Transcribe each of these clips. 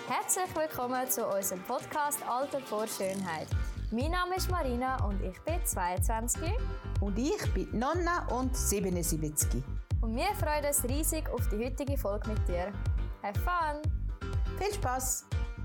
Herzlich willkommen zu unserem Podcast Alter vor Schönheit. Mein Name ist Marina und ich bin 22. Und ich bin Nonna und 77. Und wir freuen uns riesig auf die heutige Folge mit dir. Have fun! Viel Spass!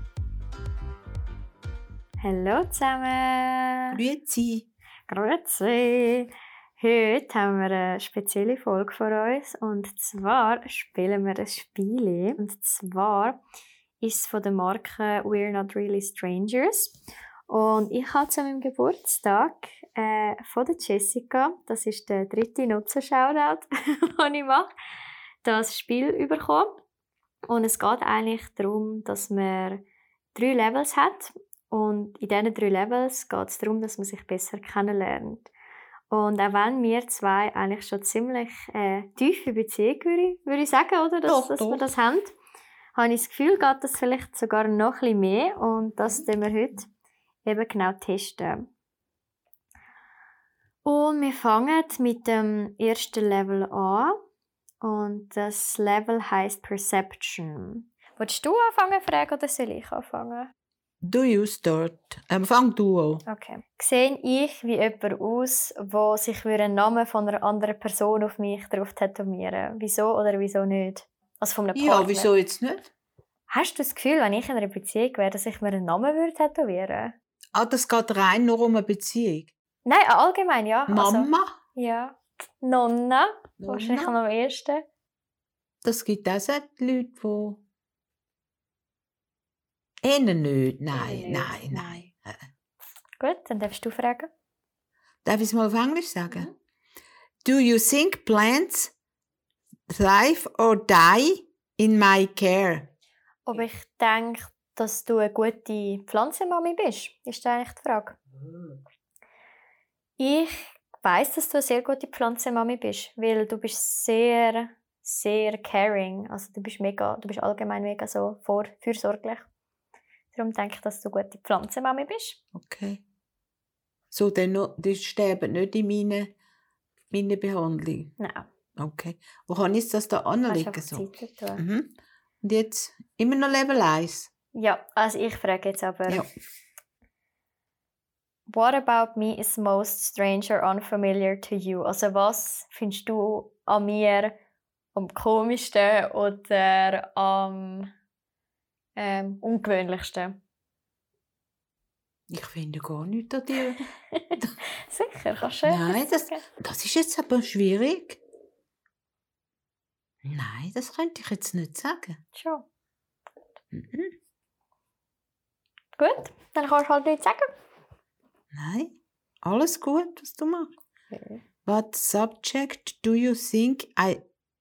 Hallo zusammen! Grüezi! Grüezi! Heute haben wir eine spezielle Folge für uns und zwar spielen wir ein Spiel. Und zwar ist es von der Marke We're Not Really Strangers. Und ich habe zu meinem Geburtstag von der Jessica, das ist der 3. Nutzer-Shoutout, den ich mache, das Spiel bekommen. Und es geht eigentlich darum, dass man 3 Levels hat. Und in diesen 3 Levels geht es darum, dass man sich besser kennenlernt. Und auch wenn wir zwei eigentlich schon ziemlich tiefe Beziehung, würde ich sagen, oder? Dass wir das haben, habe ich das Gefühl, geht das vielleicht sogar noch ein bisschen mehr. Und das testen wir heute eben genau testen. Und wir fangen mit dem ersten Level an. Und das Level heisst Perception. Willst du anfangen, fragen, oder soll ich anfangen? Do you start? Fang du an. Okay. Sehe ich wie jemand aus, der sich einen Namen von einer anderen Person auf mich drauf tätowieren? Wieso oder wieso nicht? Also von einem Partner. Ja, wieso jetzt nicht? Hast du das Gefühl, wenn ich in einer Beziehung wäre, dass ich mir einen Namen tätowieren würde? Das geht rein nur um eine Beziehung. Nein, allgemein, ja. Mama? Also, ja. Nonna. Wahrscheinlich am ersten. Das gibt auch solche Leute, die... nicht. Nein. Gut, dann darfst du fragen. Darf ich es mal auf Englisch sagen? Do you think plants thrive or die in my care? Ob ich denke, dass du eine gute Pflanzenmami bist, ist eigentlich die Frage. Ich weiss, dass du eine sehr gute Pflanzenmami bist, weil du bist sehr, sehr caring. Also du bist allgemein mega so fürsorglich. Darum denke ich, dass du eine gute Pflanzenmami bist. Okay. So, die sterben nicht in meiner Behandlung? Nein. Okay. Wo kann ich das da anlegen? So? Und jetzt immer noch Level 1? Ja, also ich frage jetzt aber... Ja. What about me is most strange or unfamiliar to you? Also was findest du an mir am komischsten oder am ungewöhnlichsten? Ich finde gar nichts an dir. Sicher, kannst du Nein, das ist jetzt aber schwierig. Nein, das könnte ich jetzt nicht sagen. Schon. Gut, dann kannst du halt nichts sagen. Nein, alles gut, was du machst. Okay. What subject do you think I...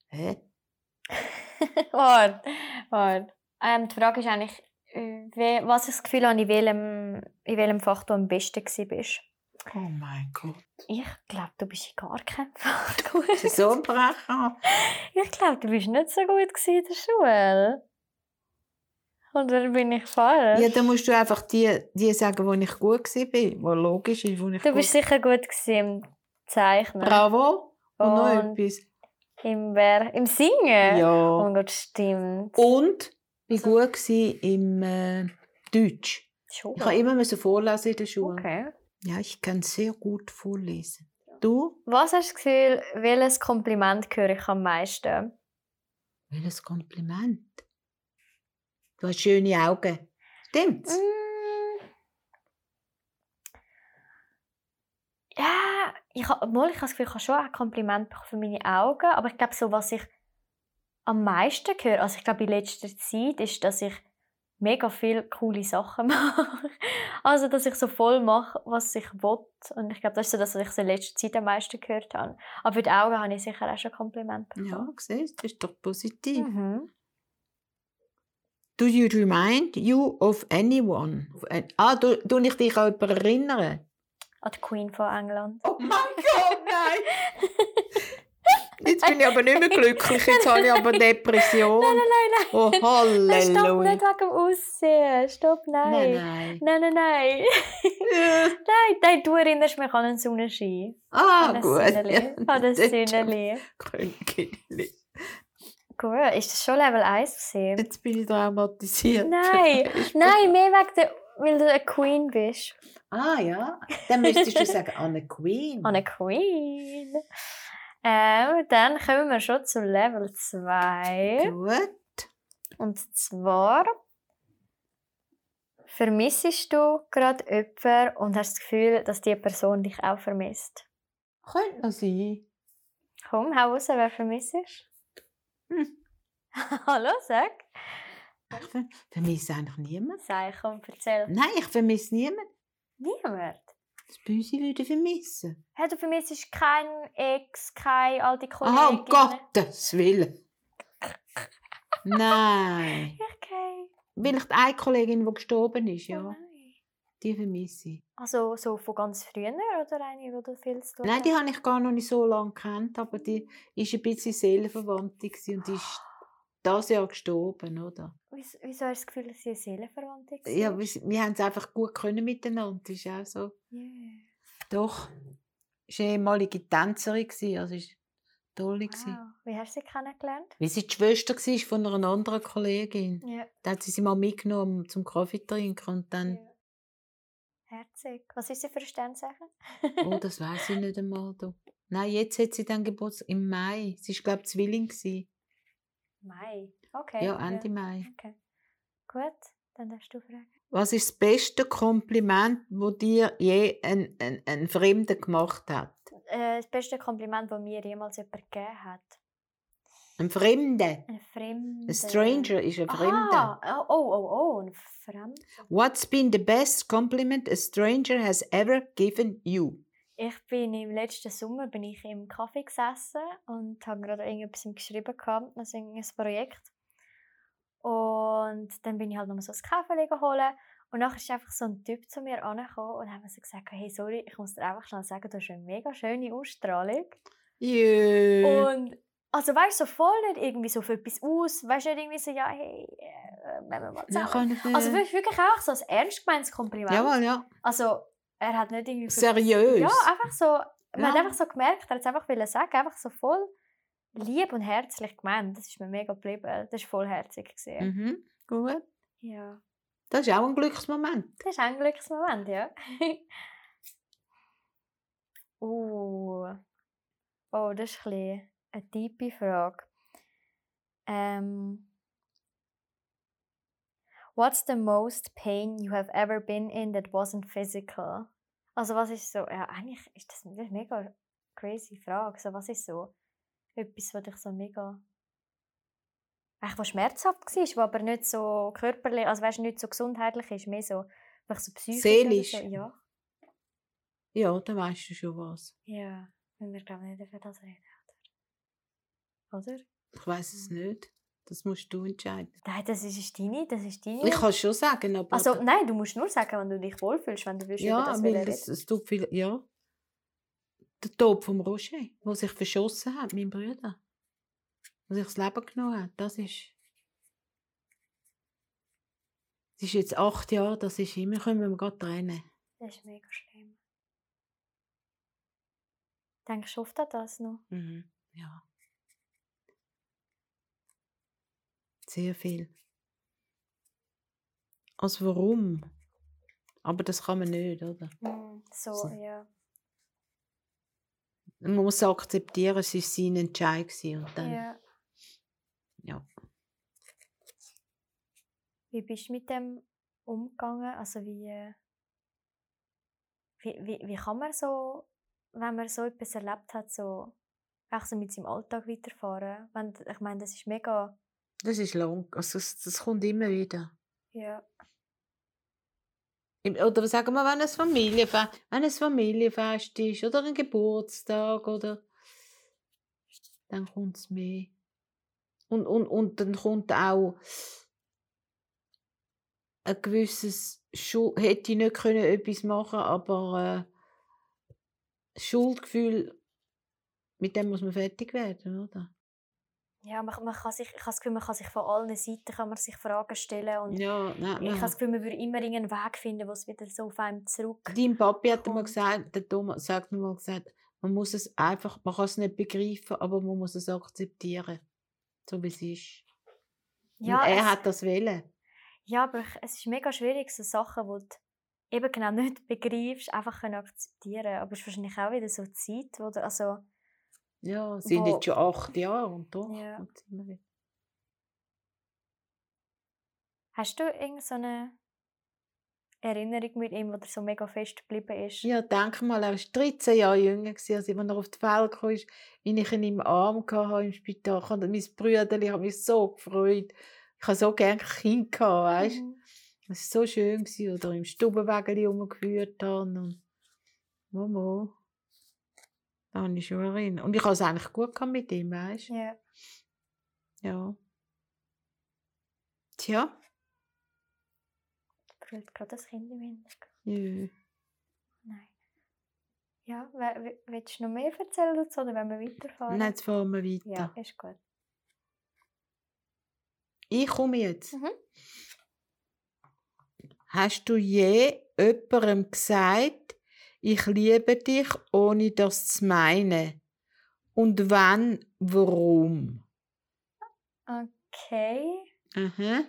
Warte. Die Frage ist eigentlich, was ich das Gefühl habe, in welchem Fach du am besten warst. Oh mein Gott. Ich glaube, du bist in gar keinem Fach gut. So ein Brecher. Ich glaube, du bist nicht so gut in der Schule. Oder bin ich falsch? Ja, dann musst du einfach die sagen, wo ich gut war. Wo logisch ist, wo ich Du bist sicher gut im Zeichnen. Bravo. Und noch etwas. Im Singen? Ja. Oh Gott, stimmt. Und ich war gut im Deutsch. Schon. Ich musste immer vorlesen in der Schule. Okay. Ja, ich kann sehr gut vorlesen. Du? Was hast du das Gefühl, welches Kompliment höre ich am meisten? Welches Kompliment? Du hast schöne Augen. Stimmt's? Ja, ich habe das Gefühl, ich habe schon ein Kompliment bekommen für meine Augen, aber ich glaube, so, was ich am meisten höre, also ich glaube in letzter Zeit, ist, dass ich mega viele coole Sachen mache. Also, dass ich so voll mache, was ich will. Und ich glaube, das ist so, dass ich so in letzter Zeit am meisten gehört habe. Aber für die Augen habe ich sicher auch schon Kompliment bekommen. Ja, siehst du, das ist doch positiv. Mhm. Do you remind you of anyone? Du ich dich an jemanden erinnern? An die Queen von England. Oh mein Gott, nein! Jetzt bin ich aber nicht mehr glücklich, jetzt habe ich aber Depression. Nein. Oh, Halleluja. Stopp, nicht wegen dem Aussehen. Stopp, nein. Nein. Nein, du erinnerst mich an einen Sonnenschein. Gut. An das Sünneli. Krönchen. Gut, Gut, ist das schon Level 1 gewesen? Jetzt bin ich traumatisiert. Nein, nein, mehr weil du eine Queen bist. Ah ja, dann müsstest du sagen, Anne Queen. Eine Queen. Dann kommen wir schon zu Level 2. Gut. Und zwar vermissest du gerade jemanden und hast das Gefühl, dass die Person dich auch vermisst. Könnte noch sein. Komm, hau raus, wer vermisst? Hallo, sag. Ich vermisse eigentlich niemanden. Sag, komm, erzähl. Nein, ich vermisse niemanden. Niemand? Das Büsi würde vermissen. Hey, du vermisst keinen Ex, keine alte Kollegin? Oh, Gottes Willen. Nein. Okay. Vielleicht eine Kollegin, die gestorben ist, Oh ja. nein. Die vermisse ich. Also so von ganz früher oder eine, die du viel zu tun Nein, die hast? habe ich gar noch nicht so lange gekannt, aber die war ein bisschen Seelenverwandte und die ist dieses Jahr gestorben, oder? Wieso hast du das Gefühl, dass sie eine Seelenverwandte war? Ja, wir haben es einfach gut können miteinander, das ist auch so. Yeah. Doch, sie war eine ehemalige Tänzerin, also ist toll. Wow. Wie hast du sie kennengelernt? Weil sie die Schwester war von einer anderen Kollegin. Ja. Da hat sie mal mitgenommen zum Kaffee trinken und dann... Ja. Herzig. Was ist sie für ein Sternzeichen? Oh, das weiß ich nicht einmal. Du. Nein, jetzt hat sie dann Geburtstag im Mai. Sie war, glaube ich, Zwilling. Mai. Okay. Ja, Ende Mai. Okay. Gut, dann darfst du fragen. Was ist das beste Kompliment, das dir je ein Fremder gemacht hat? Das beste Kompliment, das mir jemals jemand gegeben hat. Ein Fremder? Ein Fremder. Ein Stranger ist ein Fremder. Ein Fremder. What's been the best compliment a stranger has ever given you? Ich bin im letzten Sommer im Café gesessen und habe gerade irgendetwas geschrieben gehabt, also ein Projekt. Und dann bin ich halt noch mal so ein Kaffee holen und nachher ist einfach so ein Typ zu mir angekommen und hat mir so gesagt, hey, sorry, ich muss dir einfach schnell sagen, du hast eine mega schöne Ausstrahlung. Yeah. Und also weißt du, so voll nicht irgendwie so für etwas aus, weißt du, nicht irgendwie so, ja, hey, wenn wir mal zusammen. Also wirklich auch so ein ernst gemeintes Kompliment. Jawohl, ja. Also er hat nicht irgendwie... Seriös? Ja, einfach so, man hat einfach so gemerkt, er hat es einfach sagen, einfach so voll lieb und herzlich gemeint. Das ist mir mega geblieben, das war voll herzig. Mhm, gut. Ja. Das ist auch ein Glücksmoment. Das ist auch ein Glücksmoment, ja. Oh, das ist ein bisschen eine tiefe Frage. What's the most pain you have ever been in that wasn't physical? Also was ist so, ja eigentlich ist das eine mega crazy Frage. So, was ist so etwas, was dich so mega... Eigentlich was schmerzhaft war, was aber nicht so körperlich, also weißt, nicht so gesundheitlich ist, mehr so, so psychisch. Seelisch? So, ja. Ja, dann weißt du schon was. Ja, wenn wir glaube ich nicht über das reden, oder? Ich weiss es nicht. Das musst du entscheiden. Nein, das ist deine. Ich kann es schon sagen, aber... Also nein, du musst nur sagen, wenn du dich wohlfühlst, wenn du willst über das reden. Es tut viel... Ja. Der Tod vom Roger, der sich verschossen hat, mein Bruder. Der sich das Leben genommen hat, das ist... Es ist jetzt 8 Jahre, das ist immer, können wir gerade trennen. Das ist mega schlimm. Denkst du oft an das noch? Mhm. Ja. Sehr viel. Also warum? Aber das kann man nicht, oder? So, ja. Man muss akzeptieren, es war sein Entscheid. Und dann, ja. Wie bist du mit dem umgegangen? Also wie kann man so, wenn man so etwas erlebt hat, so, auch so mit seinem Alltag weiterfahren? Ich meine, das ist mega... Das ist lang. Also das kommt immer wieder. Ja. Oder sagen wir, wenn ein Familienfest ist oder ein Geburtstag, oder dann kommt es mehr. Und dann kommt auch ein gewisses hätte ich nicht können etwas machen, aber Schuldgefühl, mit dem muss man fertig werden, oder? Ja, ich habe das Gefühl, man kann sich von allen Seiten kann man sich Fragen stellen und ja, nein. Ich habe das Gefühl, man würde immer einen Weg finden, wo es wieder so auf einem zurück. Dein Papi hat mal gesagt, der Thomas sagt mal gesagt, man muss es einfach, man kann es nicht begreifen, aber man muss es akzeptieren. so wie es ist. Und Ja, er hat das wollen. ja, aber es ist mega schwierig, so Sachen, die du eben genau nicht begreifst, einfach können akzeptieren. Aber es ist wahrscheinlich auch wieder so eine Zeit, wo du, also, Ja, es sind jetzt wo, schon 8 Jahre und doch. ja. Und sind wir wieder- Hast du irgend so eine Erinnerung mit ihm, die dir so mega fest geblieben ist? Ja, denk mal, er war 13 Jahre jünger, als er auf die Welt kam, wie ich ihn im Arm hatte im Spital. Und mein Brüderli hat mich so gefreut. Ich hatte so gerne Kind, weißt du? Mhm. Es war so schön, oder im Stubenwägeli rumgeführt haben. Und Momo, da habe ich schon erinnert. Und ich hatte es eigentlich gut gehabt mit ihm, weißt du? Ja. Ja. Tja. Brüllt gerade das Kind im Hintergrund. Ja. Nein. Ja, willst du noch mehr erzählen dazu, oder wollen wir weiterfahren? Und jetzt fahren wir weiter. Ja, ist gut. Ich komme jetzt. Mhm. Hast du je jemandem gesagt, ich liebe dich, ohne das zu meinen? Und wenn, warum? Okay. Aha.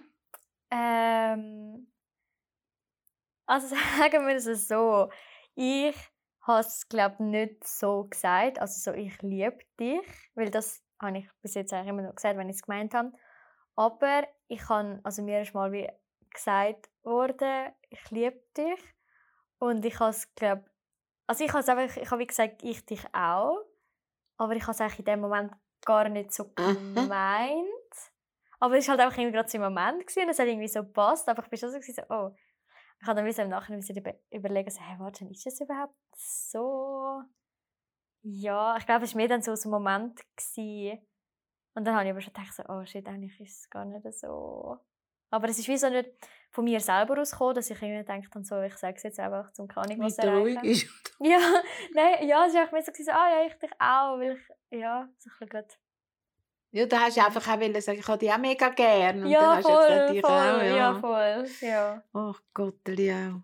Also sagen wir es so. Ich habe es, glaube ich, nicht so gesagt. Also so, ich liebe dich. Weil das habe ich bis jetzt eigentlich immer noch gesagt, wenn ich es gemeint habe. Aber ich habe, also mir ist mal wie gesagt worden, ich liebe dich. Und ich habe es, glaube also ich habe es einfach, ich habe wie gesagt, ich dich auch. Aber ich habe es eigentlich in dem Moment gar nicht so gemeint. Aber es war halt einfach irgendwie gerade so im Moment gewesen, und es hat irgendwie so gepasst. Aber ich bin schon so, oh. Ich habe dann im Nachhinein überlegen, so, hey, warte, ist das überhaupt so? Ja, ich glaube, es war mir dann so ein Moment gewesen. Und dann habe ich aber schon gedacht, so, oh shit, eigentlich ist es gar nicht so. Aber es ist wie so nicht von mir selber ausgekommen, dass ich irgendwie gedacht habe, so, ich sage es jetzt einfach zum keine Ahnung was Mit ruhig erreichen. ist. Ja, nein, ja, es war einfach so, ja, ich dich auch, weil ich, ja, so ein bisschen gut. Ja, da hast du einfach auch wollen sagen, ich habe dich auch mega gern. Und Ja, dann hast du jetzt gesagt, voll, ich voll, auch, ja, ja. voll, ja. Ach Gott, auch.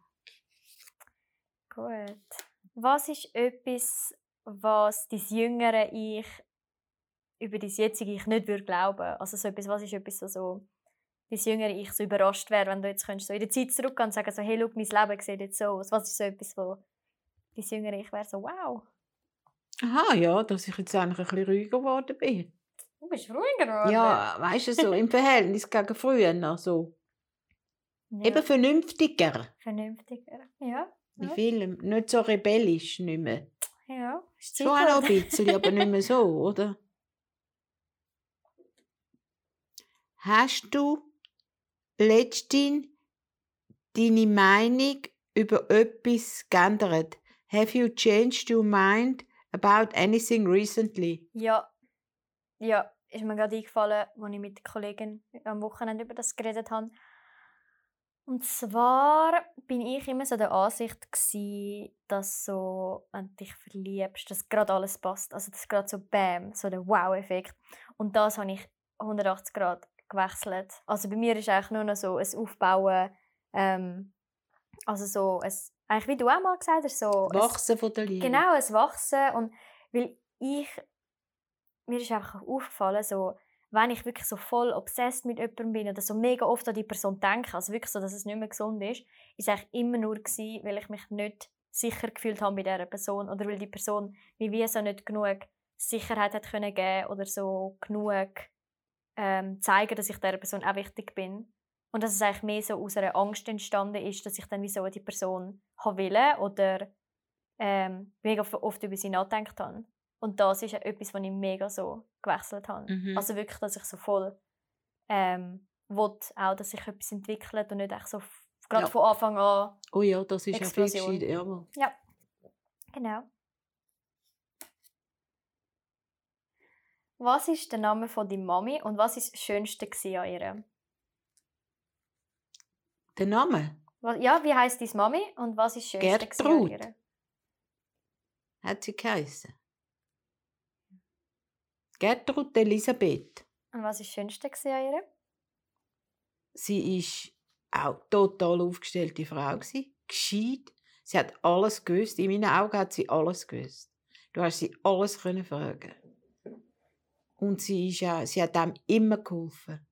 Gut. Was ist etwas, was dein jüngere Ich über dein jetzige Ich nicht würde glauben? Also so etwas, was ist etwas, so dein jüngere Ich so überrascht wäre, wenn du jetzt könntest, so in der Zeit zurückgehen und sagen, so, hey, schau, mein Leben sieht jetzt so aus. Was ist so etwas, wo dein jüngere Ich wäre so, wow. Aha, ja, dass ich jetzt eigentlich ein bisschen ruhiger geworden bin. Du bist ruhiger geworden. Ja, weißt du, so im Verhältnis gegen früher. So. Ja, Eben vernünftiger. vernünftiger. Ja. Wie Ja. viel? Nicht so rebellisch, nicht mehr. Ja, ist Schon auch Zeit noch ein geworden. bisschen, aber nicht mehr so, oder? Hast du letztens deine Meinung über etwas geändert? Have you changed your mind about anything recently? Ja. Ja, ist mir gerade eingefallen, als ich mit der Kollegin am Wochenende über das geredet habe. Und zwar bin ich immer so der Ansicht gewesen, dass so, wenn du dich verliebst, dass gerade alles passt. Also das gerade so Bam, so der Wow-Effekt. Und das habe ich 180 Grad gewechselt. Also bei mir ist eigentlich nur noch so ein Aufbauen, also so ein, eigentlich wie du auch mal gesagt hast, so Wachsen von der Liebe. genau, ein Wachsen. Und weil mir ist einfach aufgefallen, so, wenn ich wirklich so voll obsessed mit jemandem bin oder so mega oft an die Person denke, also wirklich so, dass es nicht mehr gesund ist, ist eigentlich immer nur gewesen, weil ich mich nicht sicher gefühlt habe bei dieser Person oder weil die Person mir wie so nicht genug Sicherheit hat können geben oder so genug zeigen, dass ich dieser Person auch wichtig bin. Und dass es eigentlich mehr so aus einer Angst entstanden ist, dass ich dann wie so die Person wollte oder mega oft über sie nachgedacht habe. Und das ist etwas, was ich mega so gewechselt habe. Mhm. Also wirklich, dass ich so voll will, auch, dass sich etwas entwickelt und nicht echt so gerade von Anfang an Oh ja, das ist Explosion. ja fix. Ja. Ja, genau. Was ist der Name von deiner Mami und was ist das Schönste an ihr? Der Name? Ja, wie heisst deine Mami und was ist das Schönste an Gertrud. ihr? Hat sie geheißen. Gertrud Elisabeth. Und was ist das Schönste an ihr? Sie war auch total aufgestellte Frau. Gescheit. Sie hat alles gewusst. In meinen Augen hat sie alles gewusst. Du hast sie alles fragen. Und sie hat ihm immer geholfen.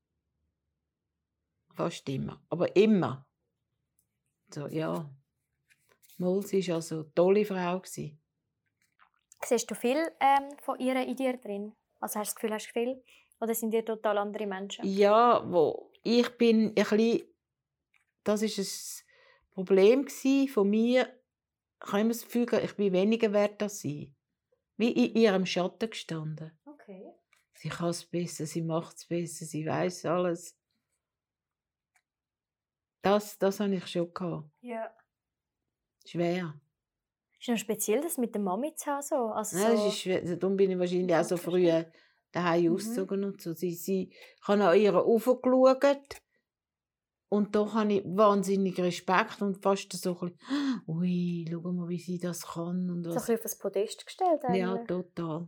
Fast immer. Aber immer. So, ja. Mal, sie war also eine tolle Frau. Siehst du viel von ihr in dir drin? Also hast du das Gefühl, viel? Oder sind ihr total andere Menschen? Ja, ich bin ein bisschen, das war ein Problem von mir. Ich habe immer das Gefühl, ich bin weniger wert als sie. Wie in ihrem Schatten gestanden. Okay. Sie kann es besser, sie macht es besser, sie weiß alles. Das hatte ich schon gehabt. Ja. Schwer. Ist noch speziell, das mit der Mami zu haben? So? Also Ja, das so... ist schwer. Darum bin ich wahrscheinlich auch so früh verstehe. daheim ausgezogen und so. Ich habe an ihr raufgeschaut und da habe ich wahnsinnig Respekt und fast so ein bisschen, ui, schau mal, wie sie das kann und So ein was. bisschen auf das Podest gestellt Ja, eigentlich. total.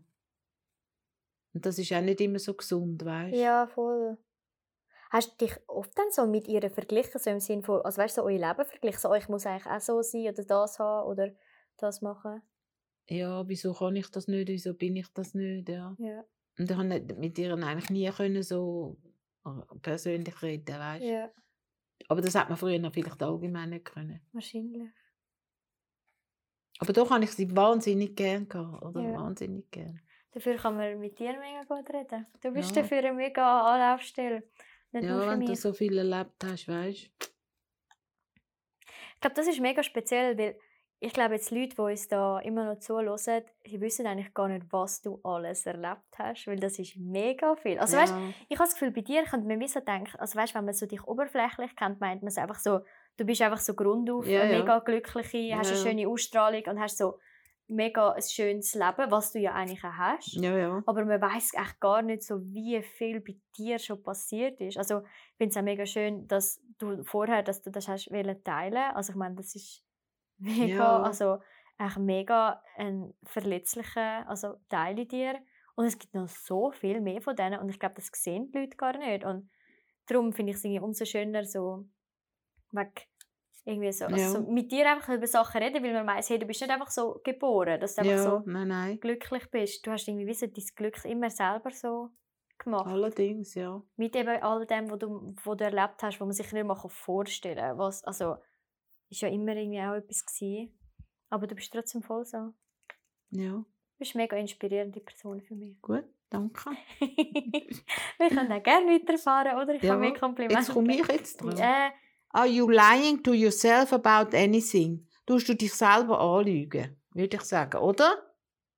Und das ist auch nicht immer so gesund, weißt du? Ja, voll. Hast du dich oft dann so mit ihr verglichen, so im Sinne von, also weißt du, so euer Leben verglichen, so, ich muss eigentlich auch so sein oder das haben oder das machen? Ja, wieso kann ich das nicht, wieso bin ich das nicht, ja. Ja. Und ich konnte mit ihr eigentlich nie können so persönlich reden, weißt du? Ja, Aber das hat man früher noch vielleicht allgemein nicht können. wahrscheinlich. Aber doch habe ich sie wahnsinnig gern gehabt, oder? Ja. Wahnsinnig gern. Dafür kann man mit dir mega gut reden. Du bist Ja. dafür eine mega Anlaufstelle. Nicht nur Ja, für wenn du mich. so viel erlebt hast, weißt du. Ich glaube, das ist mega speziell, weil ich glaube, jetzt Leute, die uns da immer noch zuhören, die wissen eigentlich gar nicht, was du alles erlebt hast, weil das ist mega viel. Also weißt, Ja, ich habe das Gefühl, bei dir könnte man wie so denken, also weißt, wenn man so dich oberflächlich kennt, meint man es einfach so, du bist einfach so grundauf Ja, eine ja. mega glückliche, hast eine Ja. schöne Ausstrahlung und hast so mega ein schönes Leben, was du ja eigentlich auch hast. ja, ja. Aber man weiß echt gar nicht so, wie viel bei dir schon passiert ist. Also ich finde es auch mega schön, dass du vorher, dass du das hast wollen teilen. Also ich meine, das ist mega, Ja. also echt mega ein verletzlicher Teil in dir. Und es gibt noch so viel mehr von denen und ich glaube, das sehen die Leute gar nicht. Und darum finde ich es irgendwie umso schöner, so irgendwie so, also Ja. so mit dir einfach über Sachen reden, weil man weiss, hey, du bist nicht einfach so geboren, dass du einfach Ja, so nein. glücklich bist. Du hast irgendwie dein Glück immer selber so gemacht. Allerdings, ja. Mit eben all dem, was du erlebt hast, wo man sich nicht mal vorstellen kann. Was, also, ist ja immer irgendwie auch etwas gewesen. Aber du bist trotzdem voll so. Ja, Du bist eine mega inspirierende Person für mich. gut, danke. Wir können auch gerne weiterfahren, oder? Ich Ja, habe mehr Komplimente. jetzt komme ich jetzt dran. Äh, Are you lying to yourself about anything? Tust du dich selber anlügen, würde ich sagen, oder?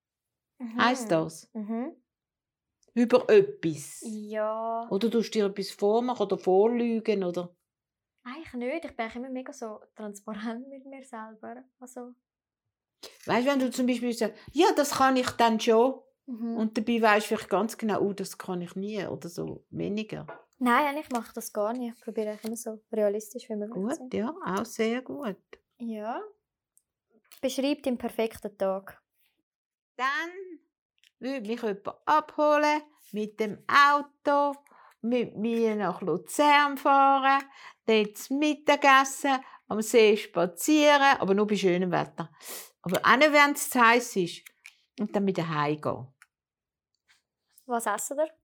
Heisst das? Mhm. Über etwas? Ja. Oder tust du dir etwas vormachen oder vorlügen, oder? Eigentlich nicht. Ich bin eigentlich immer mega so transparent mit mir selber. Also, Weißt du, wenn du zum Beispiel sagst, ja, das kann ich dann schon. mhm. Und dabei weisst du vielleicht ganz genau, oh, das kann ich nie oder so weniger. Nein, eigentlich mache ich das gar nicht. Ich probiere eigentlich immer so realistisch wie möglich zu sein. Gut, ja, auch sehr gut. Ja. Beschreib deinen perfekten Tag. Dann würde mich jemand abholen mit dem Auto, mit mir nach Luzern fahren, dort zu Mittagessen, am See spazieren, aber nur bei schönem Wetter. Aber auch nicht, wenn es zu heiß ist. Und dann wieder heimgehen. Was essen wir?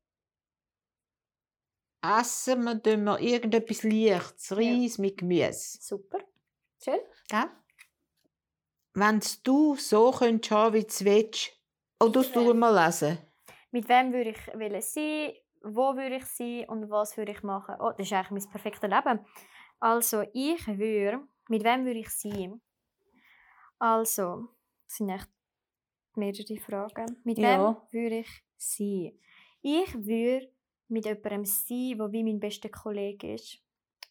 Essen wir irgendetwas Leichtes, Reis mit Gemüse. Super. Schön. Gell? Wenn du so könntest haben, wie du willst, oder du mal lesen. Mit wem würde ich sein? Wo würde ich sein? Und was würde ich machen? Oh, das ist eigentlich mein perfektes Leben. Also, mit wem würde ich sein? Also, das sind echt mehrere Fragen. Mit Ja. wem würde ich sein? Ich würde mit jemandem sein, der wie mein bester Kollege ist.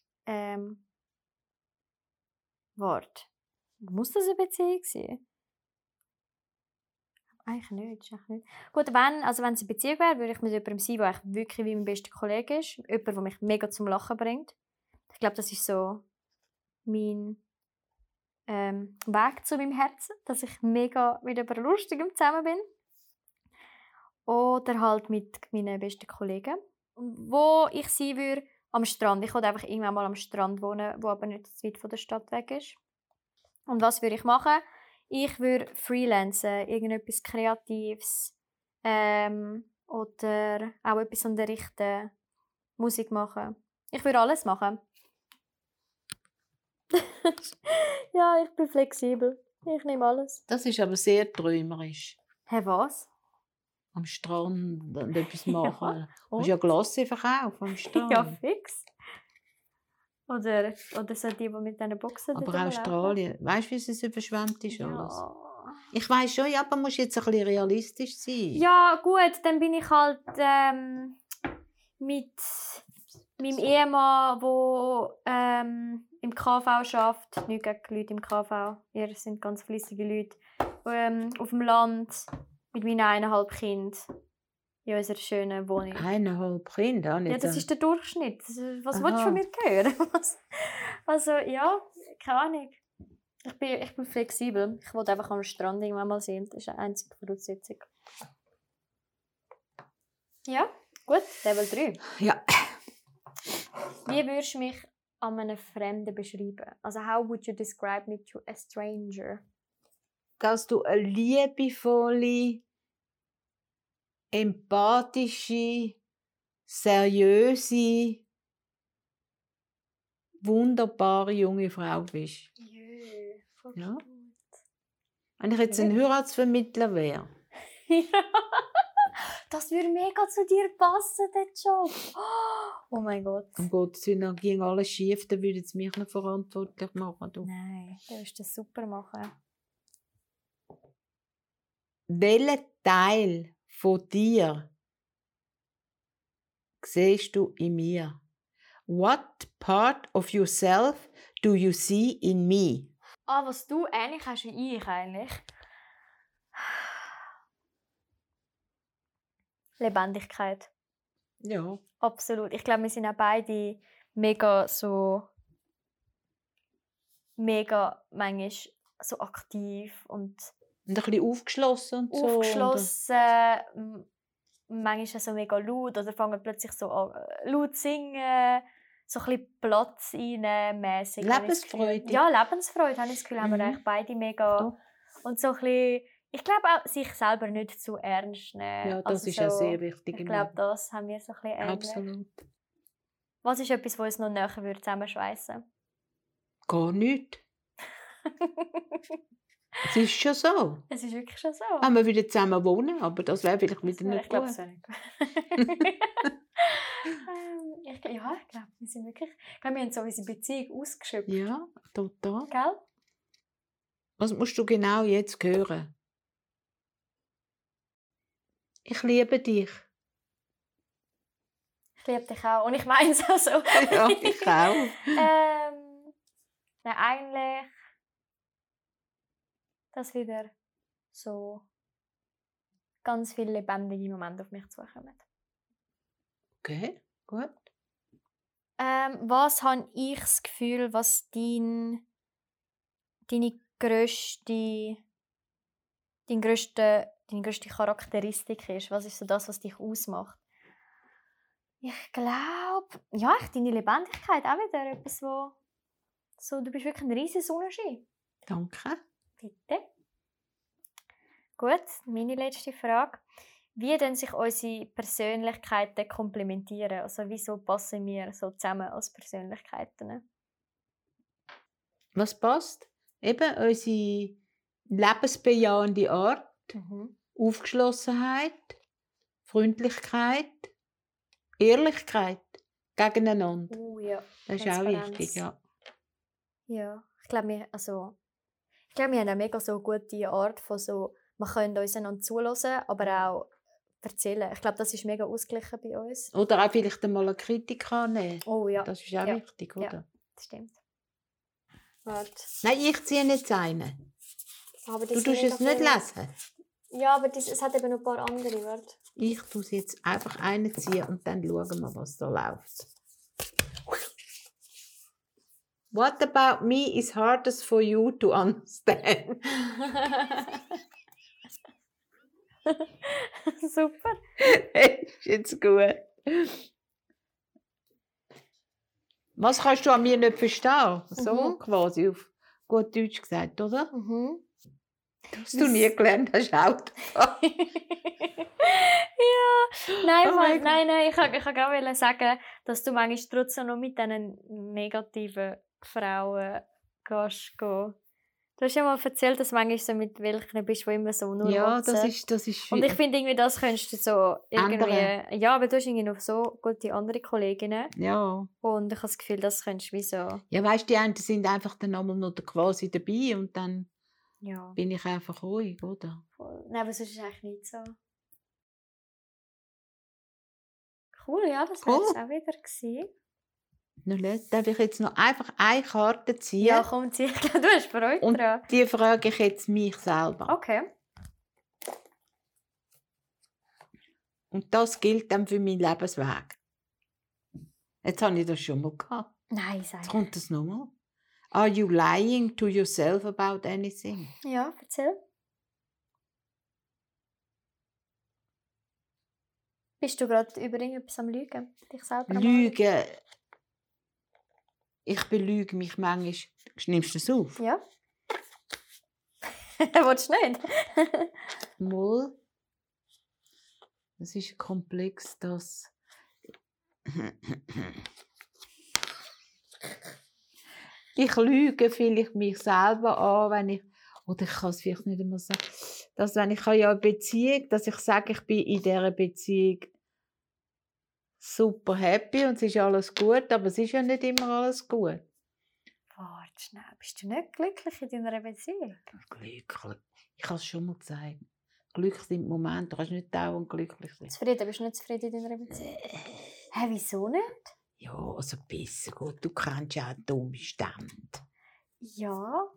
Warte. Muss das eine Beziehung sein? Eigentlich nicht, ist eigentlich nicht. Gut, wenn es eine Beziehung wäre, würde ich mit jemandem sein, der wirklich wie mein bester Kollege ist. Jemand, der mich mega zum Lachen bringt. Ich glaube, das ist so mein Weg zu meinem Herzen, dass ich mega mit jemandem Lustigem zusammen bin. Oder halt mit meinen besten Kollegen. Und wo ich sein würde, am Strand. Ich würde einfach irgendwann mal am Strand wohnen, wo aber nicht zu weit von der Stadt weg ist. Und was würde ich machen? Ich würde freelancen, irgendetwas Kreatives. oder auch etwas unterrichten, Musik machen. Ich würde alles machen. Ja, ich bin flexibel. Ich nehme alles. Das ist aber sehr träumerisch. Hä, was? Am Strand und etwas machen. Du und? kannst ja Glasse verkaufen am Strand. Ja, fix. Oder so die mit diesen Boxen Aber dort Australien, weißt du, wie es überschwemmt ist rumlaufen? alles? Ja. Ich weiss schon, ja, aber musst jetzt ein bisschen realistisch sein. Ja, gut, dann bin ich halt mit meinem Ehemann, der im KV arbeitet, nicht gegen Leute im KV, ihr sind ganz fleissige Leute, auf dem Land mit meinen 1,5 Kindern in unserer schönen Wohnung. 1,5 Kinder? Ja, das ist der Durchschnitt. Was Aha. willst du von mir hören? Also, ja, keine Ahnung. Ich bin flexibel. Ich wollte einfach am Strand irgendwann mal sehen. Das ist eine einzige Voraussetzung. Ja, gut. Level 3. Ja. Wie würdest du mich an einem Fremden beschreiben? Also, how would you describe me to a stranger? Dass du eine liebevolle, empathische, seriöse, wunderbare junge Frau bist. Jö, voll Ja. gut. Wenn ich jetzt ein Heiratsvermittler wäre. Ja, das würde mega zu dir passen, der Job. Oh mein Gott. Um Gottes Willen, dann ging alles schief, dann würden sie mich noch verantwortlich machen. Du. Nein, du wirst das super machen. Welchen Teil von dir siehst du in mir? What part of yourself do you see in me? Was du ähnlich hast wie ich eigentlich. Lebendigkeit. Ja. Absolut. Ich glaube, wir sind auch beide mega manchmal so aktiv und Und ein bisschen aufgeschlossen und so. aufgeschlossen. Manchmal so mega laut oder fangen plötzlich so an laut zu singen. So ein bisschen Platz reinnehmen, mässig. Lebensfreude. Ja, Lebensfreude, habe ich das Gefühl, haben wir eigentlich beide mega. Doch. Und so ein bisschen, ich glaube auch, sich selber nicht zu ernst nehmen. Ja, das Also ist ja so, sehr wichtig. Ich im glaube, Leben. das haben wir so ein bisschen ähnlich. Absolut. Was ist etwas, was uns noch näher würde zusammenschweissen? Gar nicht. Es ist schon so. Es ist wirklich schon so. Wenn wir wieder zusammen wohnen, aber das wäre vielleicht wieder nicht Ich glaube, gut. es wäre nicht gut. Ich glaube, wir sind wirklich. Ich glaube, wir haben so unsere Beziehung ausgeschöpft. Ja, total. Gell? Was musst du genau jetzt hören? Ich liebe dich. Ich liebe dich auch. Und ich meine es auch so. Ja, ich auch. Nein, eigentlich, dass wieder so ganz viele lebendige Momente auf mich zukommen. Okay, gut. Was habe ich das Gefühl, was deine grösste Charakteristik ist? Was ist so das, was dich ausmacht? Ich glaube, ja, deine Lebendigkeit auch wieder etwas, wo so, du bist wirklich ein riesiger Sonnenschein. Danke. Bitte. Gut, meine letzte Frage. Wie denn sich unsere Persönlichkeiten komplementieren? Also wieso passen wir so zusammen als Persönlichkeiten? Was passt? Eben unsere lebensbejahende Art, Aufgeschlossenheit, Freundlichkeit, Ehrlichkeit gegeneinander. Ja. Das ist auch wichtig, ja. Ja, ich glaube, wir haben eine mega so gute Art von so, wir können uns einander zuhören, aber auch erzählen. Ich glaube, das ist mega ausgeglichen bei uns. Oder auch vielleicht einmal eine Kritik annehmen. Oh ja. Das ist auch wichtig, oder? Ja, das stimmt. Warte. Nein, ich ziehe jetzt einen. Aber Du tust es nicht lesen. Ja, aber es hat eben noch ein paar andere. Warte. Ich tue es jetzt einfach einen ziehen und dann schauen wir, was da läuft. What about me is hardest for you to understand? Super. Ist jetzt gut. Was kannst du an mir nicht verstehen? So quasi auf gut Deutsch gesagt, oder? Dass du nie gelernt hast, Auto fahren. Ja, nein, Oh mein Gott. nein, ich kann gerade sagen, dass du manchmal trotzdem noch mit diesen negativen Frauen gehen. Du hast ja mal erzählt, dass du manchmal so mit welchen bist, die immer so nur Ja, motzen. das ist Und ich finde irgendwie, das könntest du so irgendwie... Ändern. Ja, aber du hast irgendwie noch so gute andere Kolleginnen. Ja. Und ich habe das Gefühl, das könntest du wie so... Ja, weißt du, die einen sind einfach dann einmal noch quasi dabei und dann Ja, bin ich einfach ruhig, oder? voll. Nein, aber sonst ist es eigentlich nicht so. Cool, ja, das war Cool. jetzt auch wieder gewesen. Darf ich jetzt noch einfach eine Karte ziehen? Ja, komm, zieh. Du hast Freude Und dran. die frage ich jetzt mich selber. Okay. Und das gilt dann für meinen Lebensweg. Jetzt habe ich das schon mal gehabt. Nein, sag. Jetzt kommt das nochmal. Are you lying to yourself about anything? Ja, erzähl. Bist du gerade über irgendetwas am Lügen? Dich selber am Lügen. Ich belüge mich manchmal. Nimmst du das auf? Ja. Willst du nicht? Mal. Das ist komplex, das. Ich lüge vielleicht mich selber an, wenn ich, oder ich kann es vielleicht nicht immer sagen, dass wenn ich ja eine Beziehung, dass ich sage, ich bin in dieser Beziehung super happy und es ist alles gut, aber es ist ja nicht immer alles gut. Warte schnell, bist du nicht glücklich in deiner Beziehung? Glücklich. Ich habe es schon mal gesagt. Glück sind Momente, du kannst nicht dauernd glücklich sein. Zufrieden? Bist du nicht zufrieden in deiner Beziehung? Hä, wieso nicht? Ja, also besser gut. Du kennst ja auch die Umstände. Ja.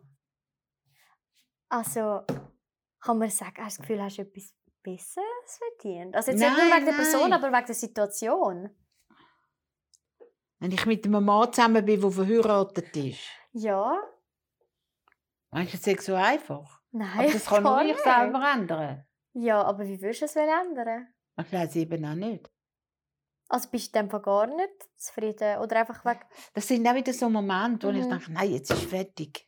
Also, kann man sagen, hast du das Gefühl, hast du etwas Besseres verdient? Also jetzt nicht nur Nein, wegen der Person, nein. aber wegen der Situation. Wenn ich mit einem Mann zusammen bin, der verheiratet ist, Ja. meinst du, das ist so einfach? Nein, Aber das kann nur gar ich nicht. selber ändern. Ja, aber wie würdest du es ändern? Ich weiß eben auch nicht. Also bist du in dem Fall gar nicht zufrieden? Oder einfach wegen... Das sind auch wieder so Momente, wo ich Mhm. denke, nein, jetzt ist fertig.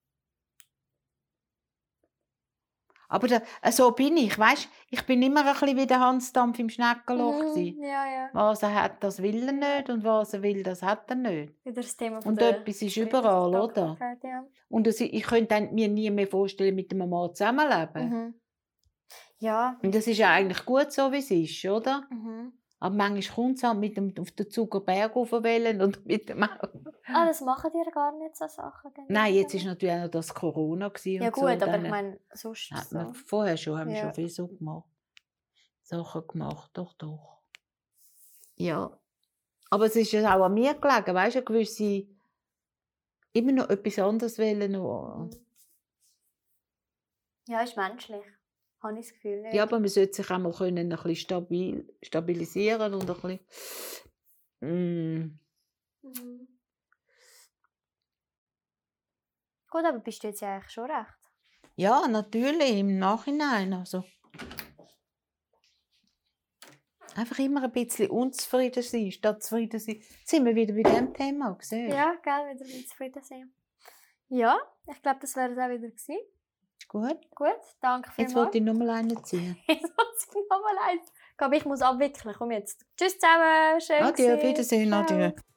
Aber so bin ich, weißt? Ich bin immer ein bisschen wie der Hansdampf im Schneckenloch gewesen. Ja, ja. Was er hat, das will er nicht und was er will, das hat er nicht. Wieder das Thema von Und der etwas ist überall, oder? Dankbarkeit, ja. Und ich könnte mir nie mehr vorstellen, mit einem Mann zusammenleben. Mhm. Ja. Und das ist ja eigentlich gut so, wie es ist, oder? Mhm. Aber manchmal kommt es halt mit dem auf den Zuckerberg raufwählen und mit dem Auto. Ah, das machen die gar nicht so Sachen. gell? Nein, jetzt war natürlich auch noch das Corona. Ja Und gut, so, aber dann ich meine, sonst hat so. man vorher schon, haben wir Ja. schon viel so gemacht. Sachen gemacht, doch. Ja. Aber es ist ja auch an mir gelegen, weißt du, eine gewisse immer noch etwas anderes wollen. Noch. Ja, ist menschlich. Habe ich das Gefühl nicht. Ja, aber man sollte sich auch mal ein bisschen stabilisieren und ein bisschen. Mhm. Gut, aber bist du jetzt ja eigentlich schon recht? Ja, natürlich, im Nachhinein. Also. Einfach immer ein bisschen unzufrieden sein, statt zufrieden sein. Jetzt sind wir wieder bei diesem Thema. Gesehen? Ja, gell, wieder ein zufrieden sein. Ja, ich glaube, das wäre es auch wieder gewesen. Gut. Gut, danke Jetzt vielmals. wollte ich nochmal einen ziehen. Jetzt muss ich nochmal eins. Ich glaube, ich muss abwickeln. Komm jetzt. Tschüss zusammen. Schön Adieu, gewesen. Wiedersehen, Ciao. adieu.